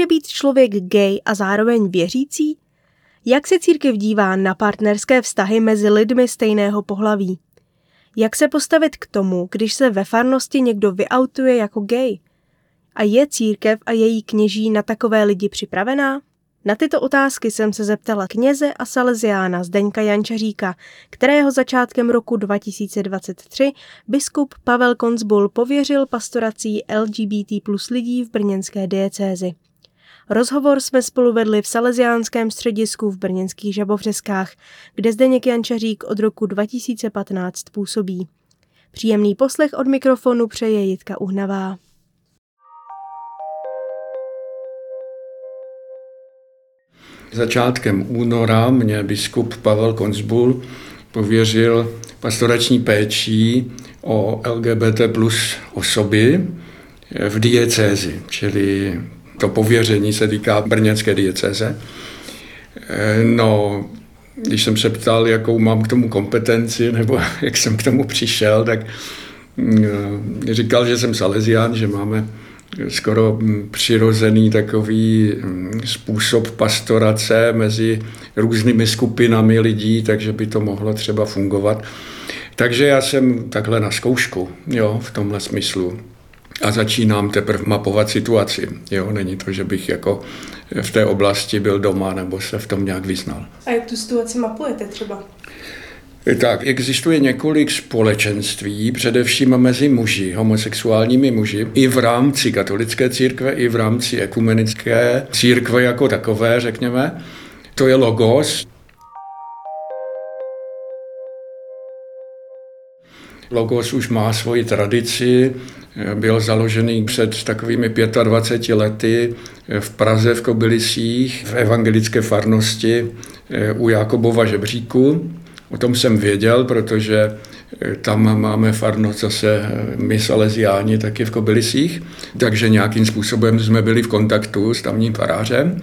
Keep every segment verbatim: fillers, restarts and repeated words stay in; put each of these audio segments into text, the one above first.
Může být člověk gay a zároveň věřící? Jak se církev dívá na partnerské vztahy mezi lidmi stejného pohlaví? Jak se postavit k tomu, když se ve farnosti někdo vyautuje jako gay? A je církev a její kněží na takové lidi připravená? Na tyto otázky jsem se zeptala kněze a saleziána Zdeňka Jančaříka, kterého začátkem roku dva tisíce dvacet tři biskup Pavel Koncbul pověřil pastorací L G B T plus lidí v brněnské diecézi. Rozhovor jsme spolu vedli v Salesiánském středisku v brněnských Žabovřeskách, kde Zdeněk Jančařík od roku dva tisíce patnáct působí. Příjemný poslech od mikrofonu přeje Jitka Uhnavá. Začátkem února mě biskup Pavel Koncbul pověřil pastorační péčí o L G B T plus osoby v diecézi, čili to pověření se týká brněnské diecéze. No, když jsem se ptal, jakou mám k tomu kompetenci, nebo jak jsem k tomu přišel, tak říkal, že jsem salesián, že máme skoro přirozený takový způsob pastorace mezi různými skupinami lidí, takže by to mohlo třeba fungovat. Takže já jsem takhle na zkoušku, jo, v tomhle smyslu. A začínám teprve mapovat situaci. Jo, není to, že bych jako v té oblasti byl doma nebo se v tom nějak vyznal. A jak tu situaci mapujete třeba? Tak, existuje několik společenství, především mezi muži, homosexuálními muži, i v rámci katolické církve, i v rámci ekumenické církve jako takové, řekněme. To je Logos. Logos už má svoji tradici, byl založený před takovými dvaceti pěti lety v Praze v Kobylisích, v evangelické farnosti u Jakobova žebříku. O tom jsem věděl, protože tam máme farnost zase my Salesiáni taky v Kobylisích, takže nějakým způsobem jsme byli v kontaktu s tamním farářem.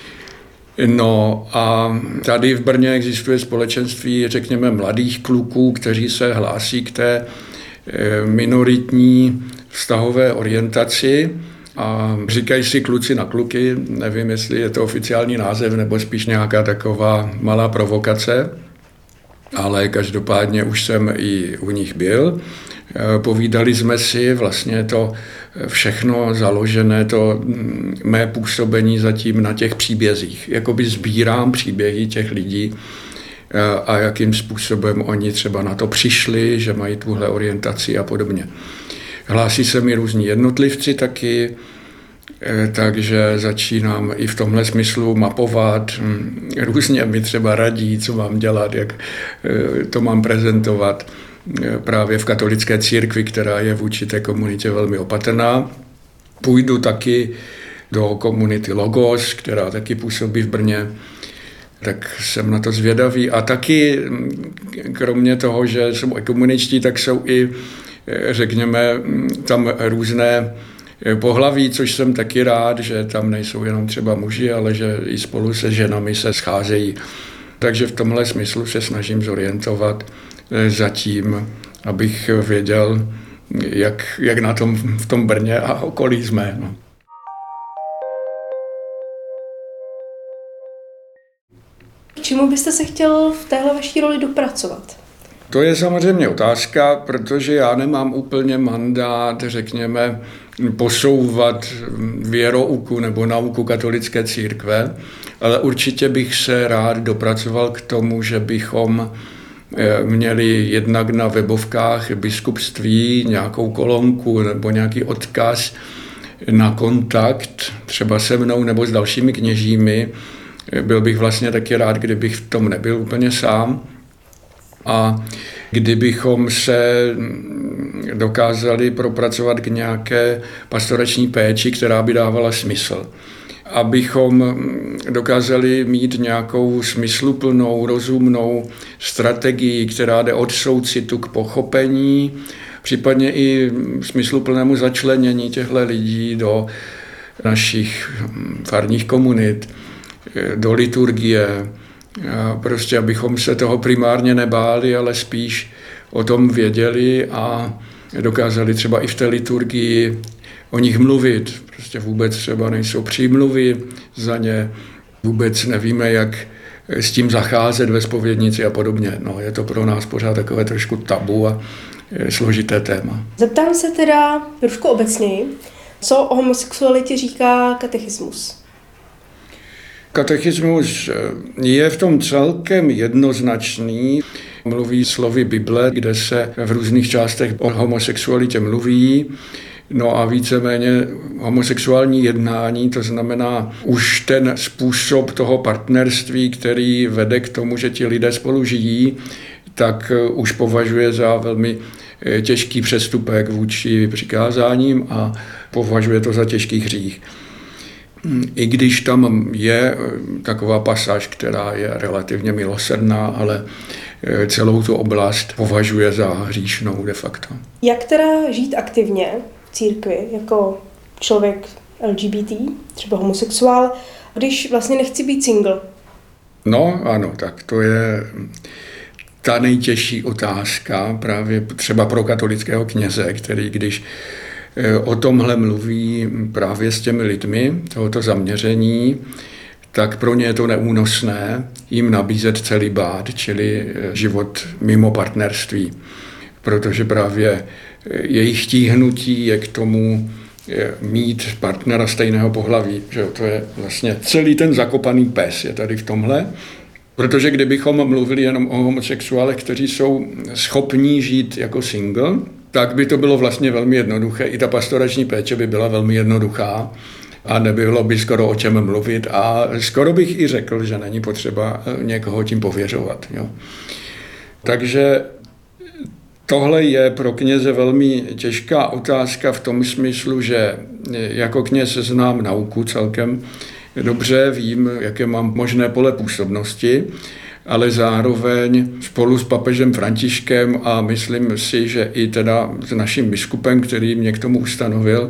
No a tady v Brně existuje společenství, řekněme, mladých kluků, kteří se hlásí k té minoritní vztahové orientaci a říkají si kluci na kluky, nevím, jestli je to oficiální název nebo spíš nějaká taková malá provokace, ale každopádně už jsem i u nich byl. Povídali jsme si vlastně to všechno založené, to mé působení zatím na těch příbězích. Jakoby sbírám příběhy těch lidí a jakým způsobem oni třeba na to přišli, že mají tuhle orientaci a podobně. Hlásí se mi různí jednotlivci taky, takže začínám i v tomhle smyslu mapovat. Různě mi třeba radí, co mám dělat, jak to mám prezentovat právě v katolické církvi, která je vůči té komunitě velmi opatrná. Půjdu taky do komunity Logos, která taky působí v Brně, tak jsem na to zvědavý. A taky, kromě toho, že jsou ekumeničtí, tak jsou i, řekněme, tam různé pohlaví, což jsem taky rád, že tam nejsou jenom třeba muži, ale že i spolu se ženami se scházejí. Takže v tomhle smyslu se snažím zorientovat zatím, abych věděl, jak, jak na tom v tom Brně a okolí jsme. No. K čemu byste se chtěl v téhle vaší roli dopracovat? To je samozřejmě otázka, protože já nemám úplně mandát, řekněme, posouvat věrouku nebo nauku katolické církve, ale určitě bych se rád dopracoval k tomu, že bychom měli jednak na webovkách biskupství nějakou kolonku nebo nějaký odkaz na kontakt, třeba se mnou nebo s dalšími kněžími. Byl bych vlastně taky rád, kdybych v tom nebyl úplně sám. A kdybychom se dokázali propracovat k nějaké pastorační péči, která by dávala smysl. Abychom dokázali mít nějakou smysluplnou, rozumnou strategii, která jde od soucitu k pochopení, případně i smysluplnému začlenění těchto lidí do našich farních komunit, do liturgie. A prostě abychom se toho primárně nebáli, ale spíš o tom věděli a dokázali třeba i v té liturgii o nich mluvit. Prostě vůbec třeba nejsou přímluvy za ně, vůbec nevíme, jak s tím zacházet ve zpovědnici a podobně. No, je to pro nás pořád takové trošku tabu a složité téma. Zeptám se teda trošku obecněji, co o homosexualitě říká katechismus? Katechismus je v tom celkem jednoznačný. Mluví slovy Bible, kde se v různých částech o homosexualitě mluví. No a víceméně homosexuální jednání, to znamená už ten způsob toho partnerství, který vede k tomu, že ti lidé spolu žijí, tak už považuje za velmi těžký přestupek vůči přikázáním a považuje to za těžký hřích. I když tam je taková pasáž, která je relativně milosrdná, ale celou tu oblast považuje za hříšnou de facto. Jak teda žít aktivně v církvi jako člověk L G B T, třeba homosexuál, když vlastně nechci být single? No ano, tak to je ta nejtěžší otázka právě třeba pro katolického kněze, který když o tomhle mluví právě s těmi lidmi tohoto zaměření, tak pro ně je to neúnosné jim nabízet celibát, čili život mimo partnerství. Protože právě jejich tíhnutí je k tomu mít partnera stejného pohlaví. Že to je vlastně celý ten zakopaný pes je tady v tomhle. Protože kdybychom mluvili jenom o homosexuálech, kteří jsou schopní žít jako single, tak by to bylo vlastně velmi jednoduché. I ta pastorační péče by byla velmi jednoduchá a nebylo by skoro o čem mluvit a skoro bych i řekl, že není potřeba někoho tím pověřovat. Jo. Takže tohle je pro kněze velmi těžká otázka v tom smyslu, že jako kněz znám nauku celkem dobře, vím, jaké mám možné pole působnosti, ale zároveň spolu s papežem Františkem a myslím si, že i teda s naším biskupem, který mě k tomu ustanovil,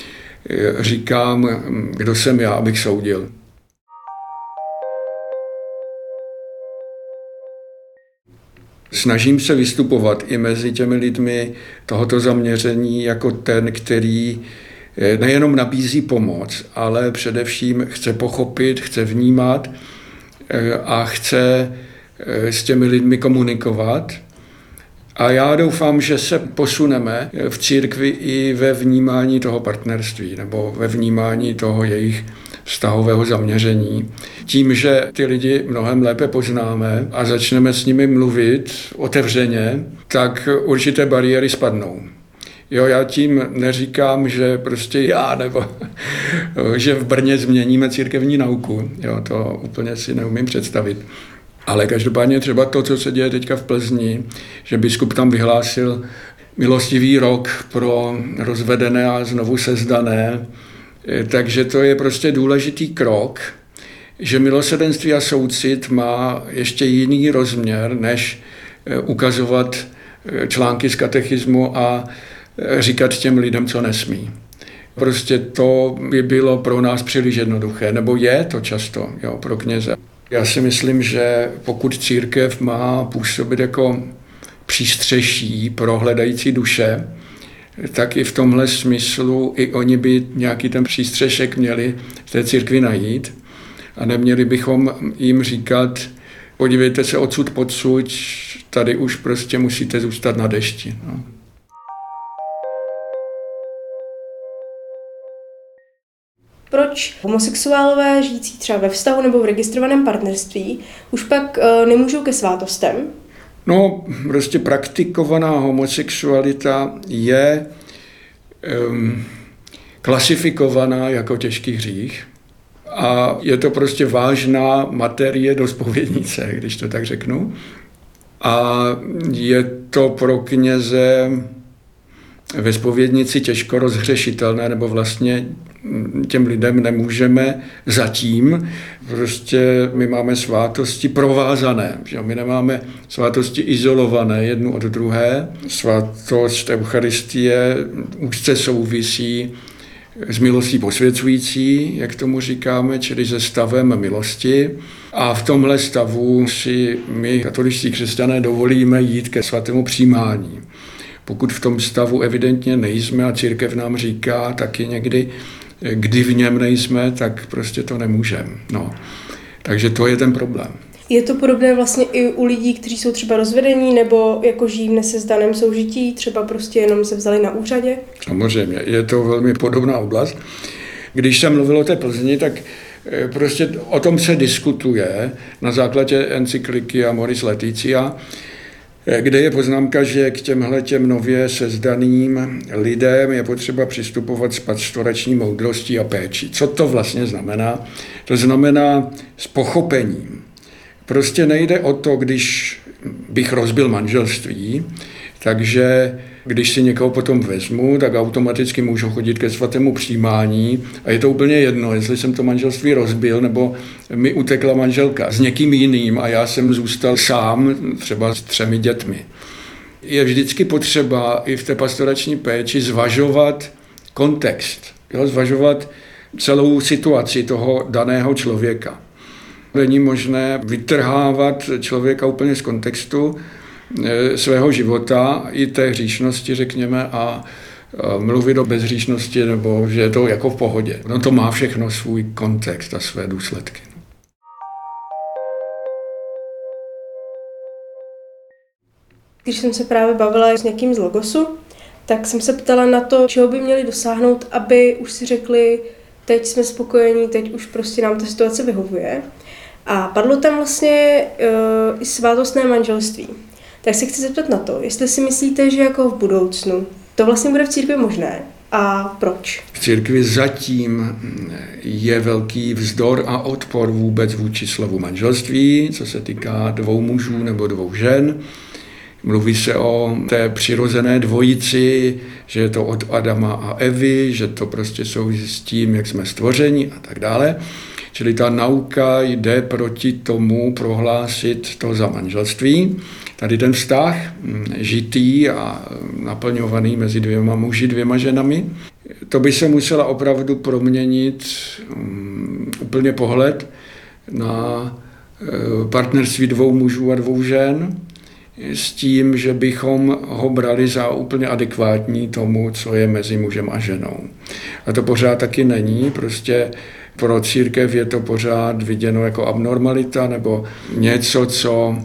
říkám, kdo jsem já, abych soudil. Snažím se vystupovat i mezi těmi lidmi tohoto zaměření jako ten, který nejenom nabízí pomoc, ale především chce pochopit, chce vnímat a chce s těmi lidmi komunikovat. A já doufám, že se posuneme v církvi i ve vnímání toho partnerství nebo ve vnímání toho jejich vztahového zaměření. Tím, že ty lidi mnohem lépe poznáme a začneme s nimi mluvit otevřeně, tak určité bariéry spadnou. Jo, já tím neříkám, že prostě já nebo že v Brně změníme církevní nauku. Jo, to úplně si neumím představit. Ale každopádně třeba to, co se děje teďka v Plzni, že biskup tam vyhlásil milostivý rok pro rozvedené a znovu sezdané, takže to je prostě důležitý krok, že milosrdenství a soucit má ještě jiný rozměr, než ukazovat články z katechismu a říkat těm lidem, co nesmí. Prostě to by bylo pro nás příliš jednoduché, nebo je to často, jo, pro kněze. Já si myslím, že pokud církev má působit jako přístřeší pro hledající duše, tak i v tomhle smyslu i oni by nějaký ten přístřešek měli v té církvi najít a neměli bychom jim říkat, podívejte se odsud podsud, tady už prostě musíte zůstat na dešti. No. Proč homosexuálové žijící třeba ve vztahu nebo v registrovaném partnerství už pak uh, nemůžou ke svátostem? No, prostě praktikovaná homosexualita je um, klasifikovaná jako těžký hřích a je to prostě vážná materie do zpovědnice, když to tak řeknu. A je to pro kněze ve zpovědnici těžko rozhřešitelné, nebo vlastně těm lidem nemůžeme zatím. Prostě my máme svátosti provázané, že my nemáme svátosti izolované jednu od druhé. Svátost Eucharistie úzce souvisí s milostí posvěcující, jak tomu říkáme, čili se stavem milosti. A v tomhle stavu si my, katoličtí křesťané, dovolíme jít ke svatému přijímání. pokud v tom stavu evidentně nejsme a církev nám říká taky někdy, kdy v něm nejsme, tak prostě to nemůžeme. No. Takže to je ten problém. Je to podobné vlastně i u lidí, kteří jsou třeba rozvedení nebo jako žijí v nesezdaném soužití, třeba prostě jenom se vzali na úřadě? Samozřejmě, je to velmi podobná oblast. Když jsem mluvil o té Plzni, tak prostě o tom se diskutuje na základě encykliky Amoris Laetitia, kde je poznámka, že k těmhle těm nově sezdaným lidem je potřeba přistupovat s pastorační moudrostí a péčí. Co to vlastně znamená? To znamená s pochopením. Prostě nejde o to, když bych rozbil manželství, takže když si někoho potom vezmu, tak automaticky můžu chodit ke svatému přijímání a je to úplně jedno, jestli jsem to manželství rozbil, nebo mi utekla manželka s někým jiným a já jsem zůstal sám, třeba s třemi dětmi. Je vždycky potřeba i v té pastorační péči zvažovat kontext, jo, zvažovat celou situaci toho daného člověka. Není možné vytrhávat člověka úplně z kontextu svého života i té hříšnosti, řekněme, a mluvit o bezhříšnosti, nebo že je to jako v pohodě. No to má všechno svůj kontext a své důsledky. Když jsem se právě bavila s někým z Logosu, tak jsem se ptala na to, čeho by měli dosáhnout, aby už si řekli, teď jsme spokojení, teď už prostě nám ta situace vyhovuje. A padlo tam vlastně uh, i svátostné manželství. Tak se chci zeptat na to, jestli si myslíte, že jako v budoucnu to vlastně bude v církvi možné a proč? V církvi zatím je velký vzdor a odpor vůbec vůči slovu manželství, co se týká dvou mužů nebo dvou žen. Mluví se o té přirozené dvojici, že je to od Adama a Evy, že to prostě souvisí s tím, jak jsme stvořeni a tak dále. Čili ta nauka jde proti tomu prohlásit to za manželství. Tady ten vztah žitý a naplňovaný mezi dvěma muži, dvěma ženami, to by se musela opravdu proměnit um, úplně pohled na uh, partnerství dvou mužů a dvou žen s tím, že bychom ho brali za úplně adekvátní tomu, co je mezi mužem a ženou. A to pořád taky není, prostě pro církev je to pořád viděno jako abnormalita nebo něco, co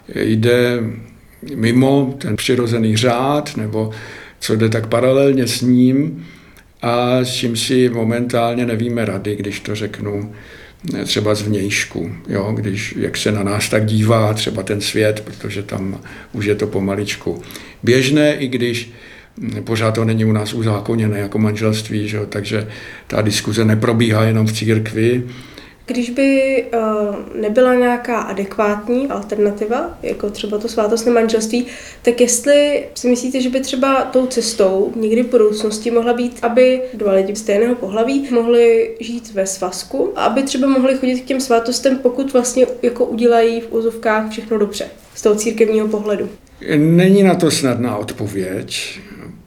jde mimo ten přirozený řád nebo co jde tak paralelně s ním a s čím si momentálně nevíme rady, když to řeknu třeba zvnějšku, jo, když, jak se na nás tak dívá třeba ten svět, protože tam už je to pomaličku běžné, i když pořád to není u nás uzákoněné jako manželství, že? Takže ta diskuze neprobíhá jenom v církvi. Když by uh, nebyla nějaká adekvátní alternativa, jako třeba to svátostné manželství, tak jestli si myslíte, že by třeba tou cestou někdy v budoucnosti mohla být, aby dva lidi stejného pohlaví mohli žít ve svazku a aby třeba mohli chodit k těm svátostem, pokud vlastně jako udělají v úzovkách všechno dobře z toho církevního pohledu? Není na to snadná odpověď,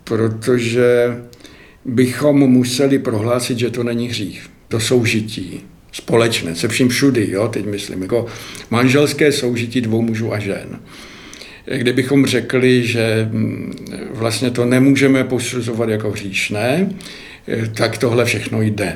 protože bychom museli prohlásit, že to není hřích. To soužití společné, se vším všudy, jo, teď myslím, jako manželské soužití dvou mužů a žen. Kdybychom řekli, že vlastně to nemůžeme posuzovat jako hříšné, tak tohle všechno jde.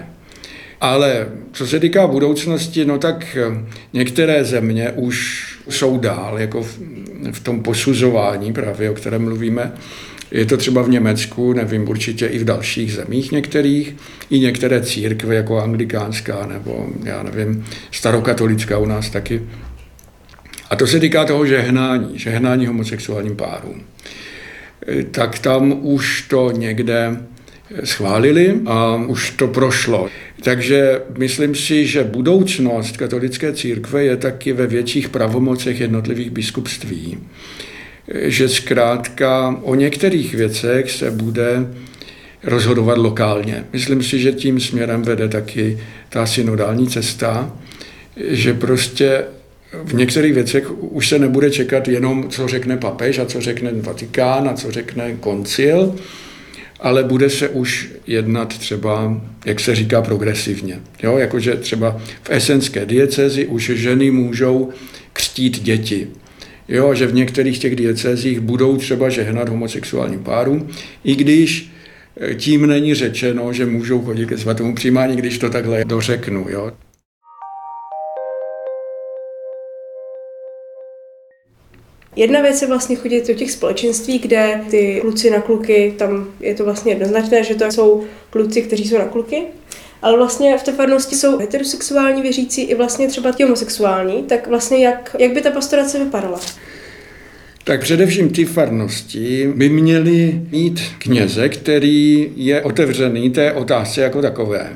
Ale co se týká budoucnosti, no tak některé země už jsou dál, jako v, v tom posuzování právě, o kterém mluvíme. Je to třeba v Německu, nevím, určitě i v dalších zemích některých, i některé církve, jako anglikánská, nebo já nevím, starokatolická u nás taky. A to se týká toho žehnání, žehnání homosexuálním párům. Tak tam už to někde schválili a už to prošlo. Takže myslím si, že budoucnost katolické církve je taky ve větších pravomocech jednotlivých biskupství. Že zkrátka o některých věcech se bude rozhodovat lokálně. Myslím si, že tím směrem vede taky ta synodální cesta, že prostě v některých věcech už se nebude čekat jenom, co řekne papež a co řekne Vatikán a co řekne koncil, ale bude se už jednat třeba, jak se říká, progresivně. Jo? Jakože třeba v esenské diecézi už ženy můžou křtít děti. Jo, že v některých těch diecézích budou třeba žehnat homosexuálním párům, i když tím není řečeno, že můžou chodit ke svatému přijímání, když to takhle dořeknu. Jo. Jedna věc je vlastně chodit do těch společenství, kde ty kluci na kluky, tam je to vlastně jednoznačné, že to jsou kluci, kteří jsou na kluky, ale vlastně v té farnosti jsou heterosexuální věřící i vlastně třeba ti homosexuální, tak vlastně jak, jak by ta pastorace vypadala? Tak především ty farnosti by měly mít kněze, který je otevřený té otázce jako takové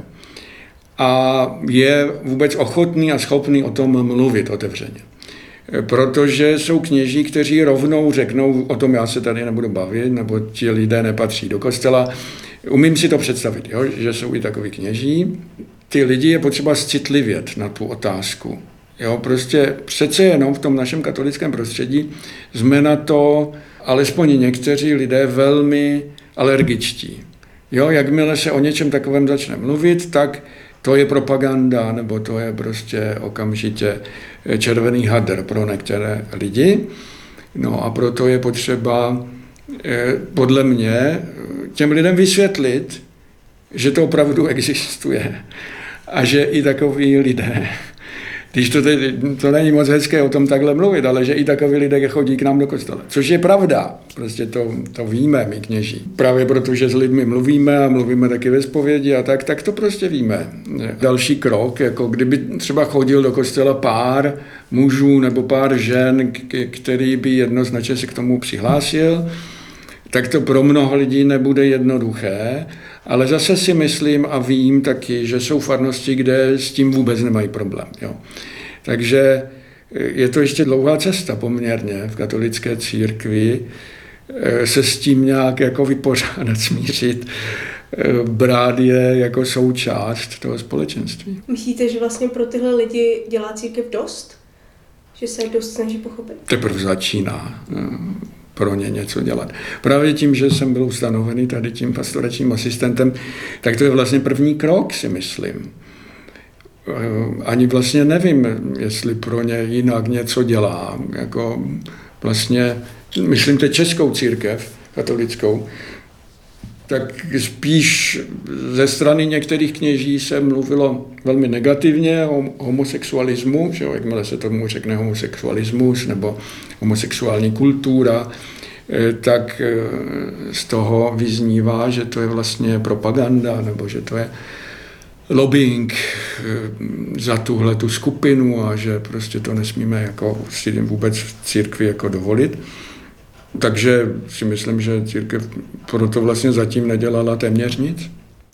a je vůbec ochotný a schopný o tom mluvit otevřeně. Protože jsou kněží, kteří rovnou řeknou, o tom já se tady nebudu bavit, nebo ti lidé nepatří do kostela. Umím si to představit, jo, že jsou i takoví kněží. Ty lidi je potřeba citlivět na tu otázku. Jo, prostě přece jenom v tom našem katolickém prostředí jsme na to, alespoň někteří lidé, velmi alergičtí. Jo, jakmile se o něčem takovém začne mluvit, tak to je propaganda, nebo to je prostě okamžitě červený hadr pro některé lidi. No a proto je potřeba podle mě těm lidem vysvětlit, že to opravdu existuje a že i takoví lidé, když to, teď, to není moc hezké o tom takhle mluvit, ale že i takoví lidé chodí k nám do kostela. Což je pravda, prostě to, to víme my kněží. Právě protože s lidmi mluvíme a mluvíme taky ve zpovědi a tak, tak to prostě víme. Další krok, jako kdyby třeba chodil do kostela pár mužů nebo pár žen, který by jednoznačně se k tomu přihlásil, tak to pro mnoho lidí nebude jednoduché, ale zase si myslím a vím taky, že jsou farnosti, kde s tím vůbec nemají problém. Jo. Takže je to ještě dlouhá cesta poměrně v katolické církvi se s tím nějak jako vypořádat, smířit, brát je jako součást toho společenství. Myslíte, že vlastně pro tyhle lidi dělá církev dost? Že se dost snaží pochopit? Teprve začíná pro ně něco dělat. Právě tím, že jsem byl ustanovený tady tím pastoračním asistentem, tak to je vlastně první krok, si myslím. Ani vlastně nevím, jestli pro ně jinak něco dělá. Jako vlastně, myslím, teď českou církev katolickou, tak spíš ze strany některých kněží se mluvilo velmi negativně o homosexualismu, že jakmile se tomu řekne homosexualismus nebo homosexuální kultura, tak z toho vyznívá, že to je vlastně propaganda nebo že to je lobbying za tuhle tu skupinu a že prostě to nesmíme jako si vůbec v církvi jako dovolit. Takže si myslím, že církev proto vlastně zatím nedělala téměř nic.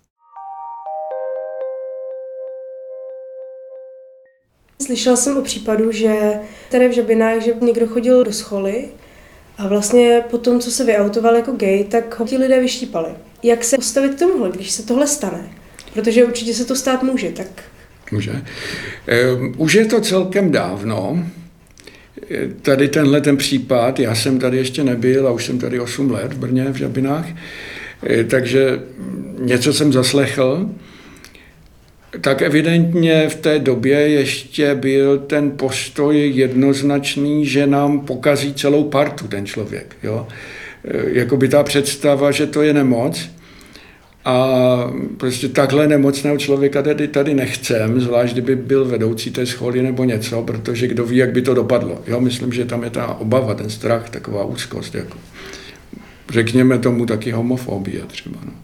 Slyšela jsem o případu, že tady v Žabinách, že někdo chodil do scholy a vlastně po tom, co se vyautoval jako gay, tak ho ti lidé vyštípali. Jak se postavit k tomuhle, když se tohle stane? Protože určitě se to stát může, tak... Může. Už je to celkem dávno. Tady tenhle ten případ, já jsem tady ještě nebyl a už jsem tady osm let v Brně, v Žabinách, takže něco jsem zaslechl, tak evidentně v té době ještě byl ten postoj jednoznačný, že nám pokazí celou partu ten člověk. Jo? Jakoby ta představa, že to je nemoc a prostě takhle nemocného člověka tady, tady nechcem, zvlášť kdyby byl vedoucí té scholy nebo něco, protože kdo ví, jak by to dopadlo. Jo? Myslím, že tam je ta obava, ten strach, taková úzkost. Jako. Řekněme tomu taky homofobie třeba. No.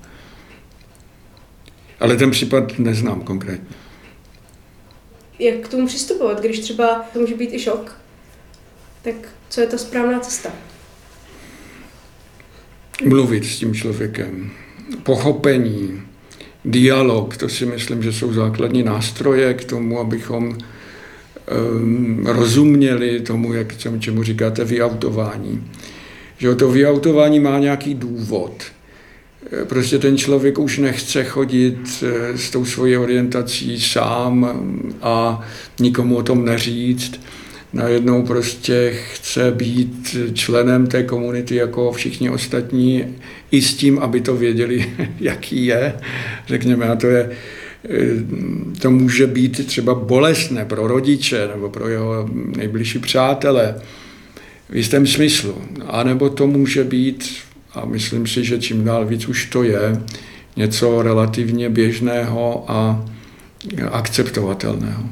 Ale ten případ neznám konkrétně. Jak k tomu přistupovat, když třeba to může být i šok? Tak co je ta správná cesta? Mluvit s tím člověkem. Pochopení, dialog, to si myslím, že jsou základní nástroje k tomu, abychom um, rozuměli tomu, jak, čemu říkáte, vyautování. Že to vyautování má nějaký důvod. Prostě ten člověk už nechce chodit s tou svojí orientací sám a nikomu o tom neříct. Najednou prostě chce být členem té komunity jako všichni ostatní i s tím, aby to věděli, jaký je. Řekněme, a to je, to může být třeba bolestné pro rodiče nebo pro jeho nejbližší přátele. v jistém smyslu. A nebo to může být, a myslím si, že čím dál víc už to je, něco relativně běžného a akceptovatelného.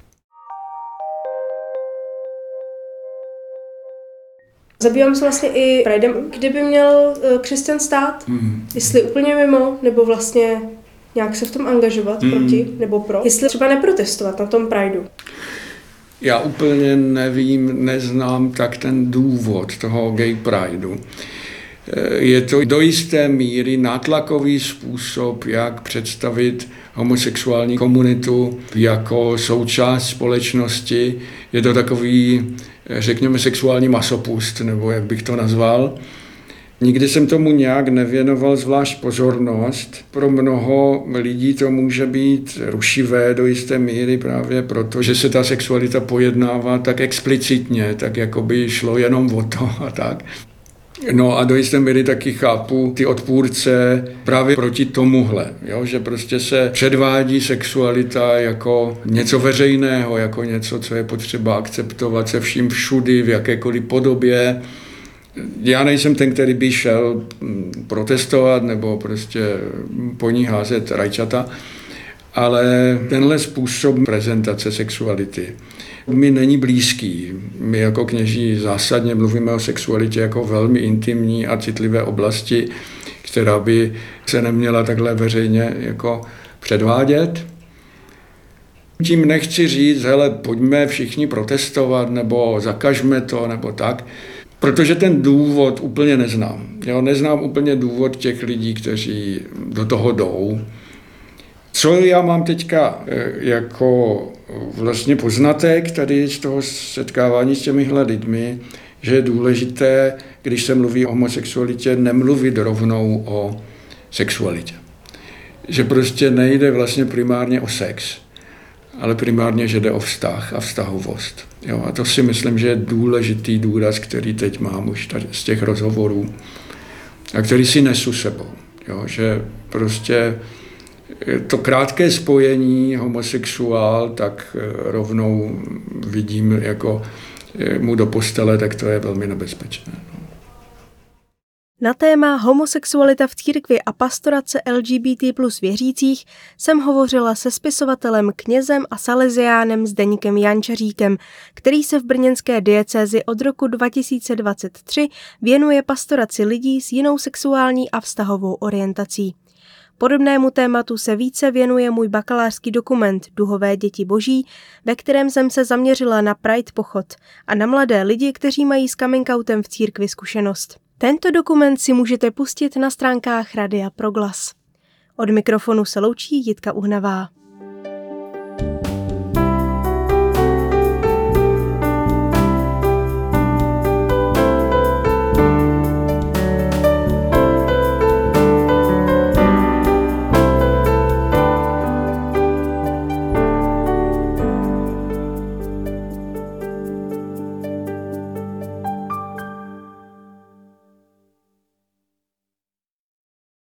Zabývám se vlastně i Pridem, kdyby měl křesťan stát, hmm. jestli úplně mimo, nebo vlastně nějak se v tom angažovat hmm. proti nebo pro, jestli třeba neprotestovat na tom Prideu. Já úplně nevím, neznám tak ten důvod toho gay prideu. Je to do jisté míry nátlakový způsob, jak představit homosexuální komunitu jako součást společnosti. Je to takový, řekněme, sexuální masopust, nebo jak bych to nazval. Nikdy jsem tomu nějak nevěnoval zvlášť pozornost. Pro mnoho lidí to může být rušivé do jisté míry právě proto, že se ta sexualita pojednává tak explicitně, tak jako by šlo jenom o to a tak. No a do jisté míry taky chápu ty odpůrce právě proti tomuhle, jo? Že prostě se předvádí sexualita jako něco veřejného, jako něco, co je potřeba akceptovat se vším všudy, v jakékoliv podobě. Já nejsem ten, který by šel protestovat nebo prostě po ní házet rajčata, ale tenhle způsob prezentace sexuality mi není blízký. My jako kněží zásadně mluvíme o sexualitě jako velmi intimní a citlivé oblasti, která by se neměla takhle veřejně jako předvádět. Tím nechci říct, hele, pojďme všichni protestovat, nebo zakažme to, nebo tak, protože ten důvod úplně neznám. Jo, neznám úplně důvod těch lidí, kteří do toho jdou. Co já mám teďka jako vlastně poznatek tady z toho setkávání s těmihle lidmi, že je důležité, když se mluví o homosexualitě, nemluvit rovnou o sexualitě. Že prostě nejde vlastně primárně o sex, ale primárně, že jde o vztah a vztahovost. Jo, a to si myslím, že je důležitý důraz, který teď mám už tady z těch rozhovorů a který si nesu sebou. Jo, že prostě to krátké spojení homosexuál, tak rovnou vidím jako mu do postele, tak to je velmi nebezpečné. Na téma homosexualita v církvi a pastorace L G B T plus věřících jsem hovořila se spisovatelem, knězem a saleziánem Zdeňkem Jančaříkem, který se v brněnské diecézi od roku dva tisíce dvacet tři věnuje pastoraci lidí s jinou sexuální a vztahovou orientací. Podobnému tématu se více věnuje můj bakalářský dokument Duhové děti boží, ve kterém jsem se zaměřila na Pride pochod a na mladé lidi, kteří mají s coming outem v církvi zkušenost. Tento dokument si můžete pustit na stránkách Radia Proglas. Od mikrofonu se loučí Jitka Uhnavá.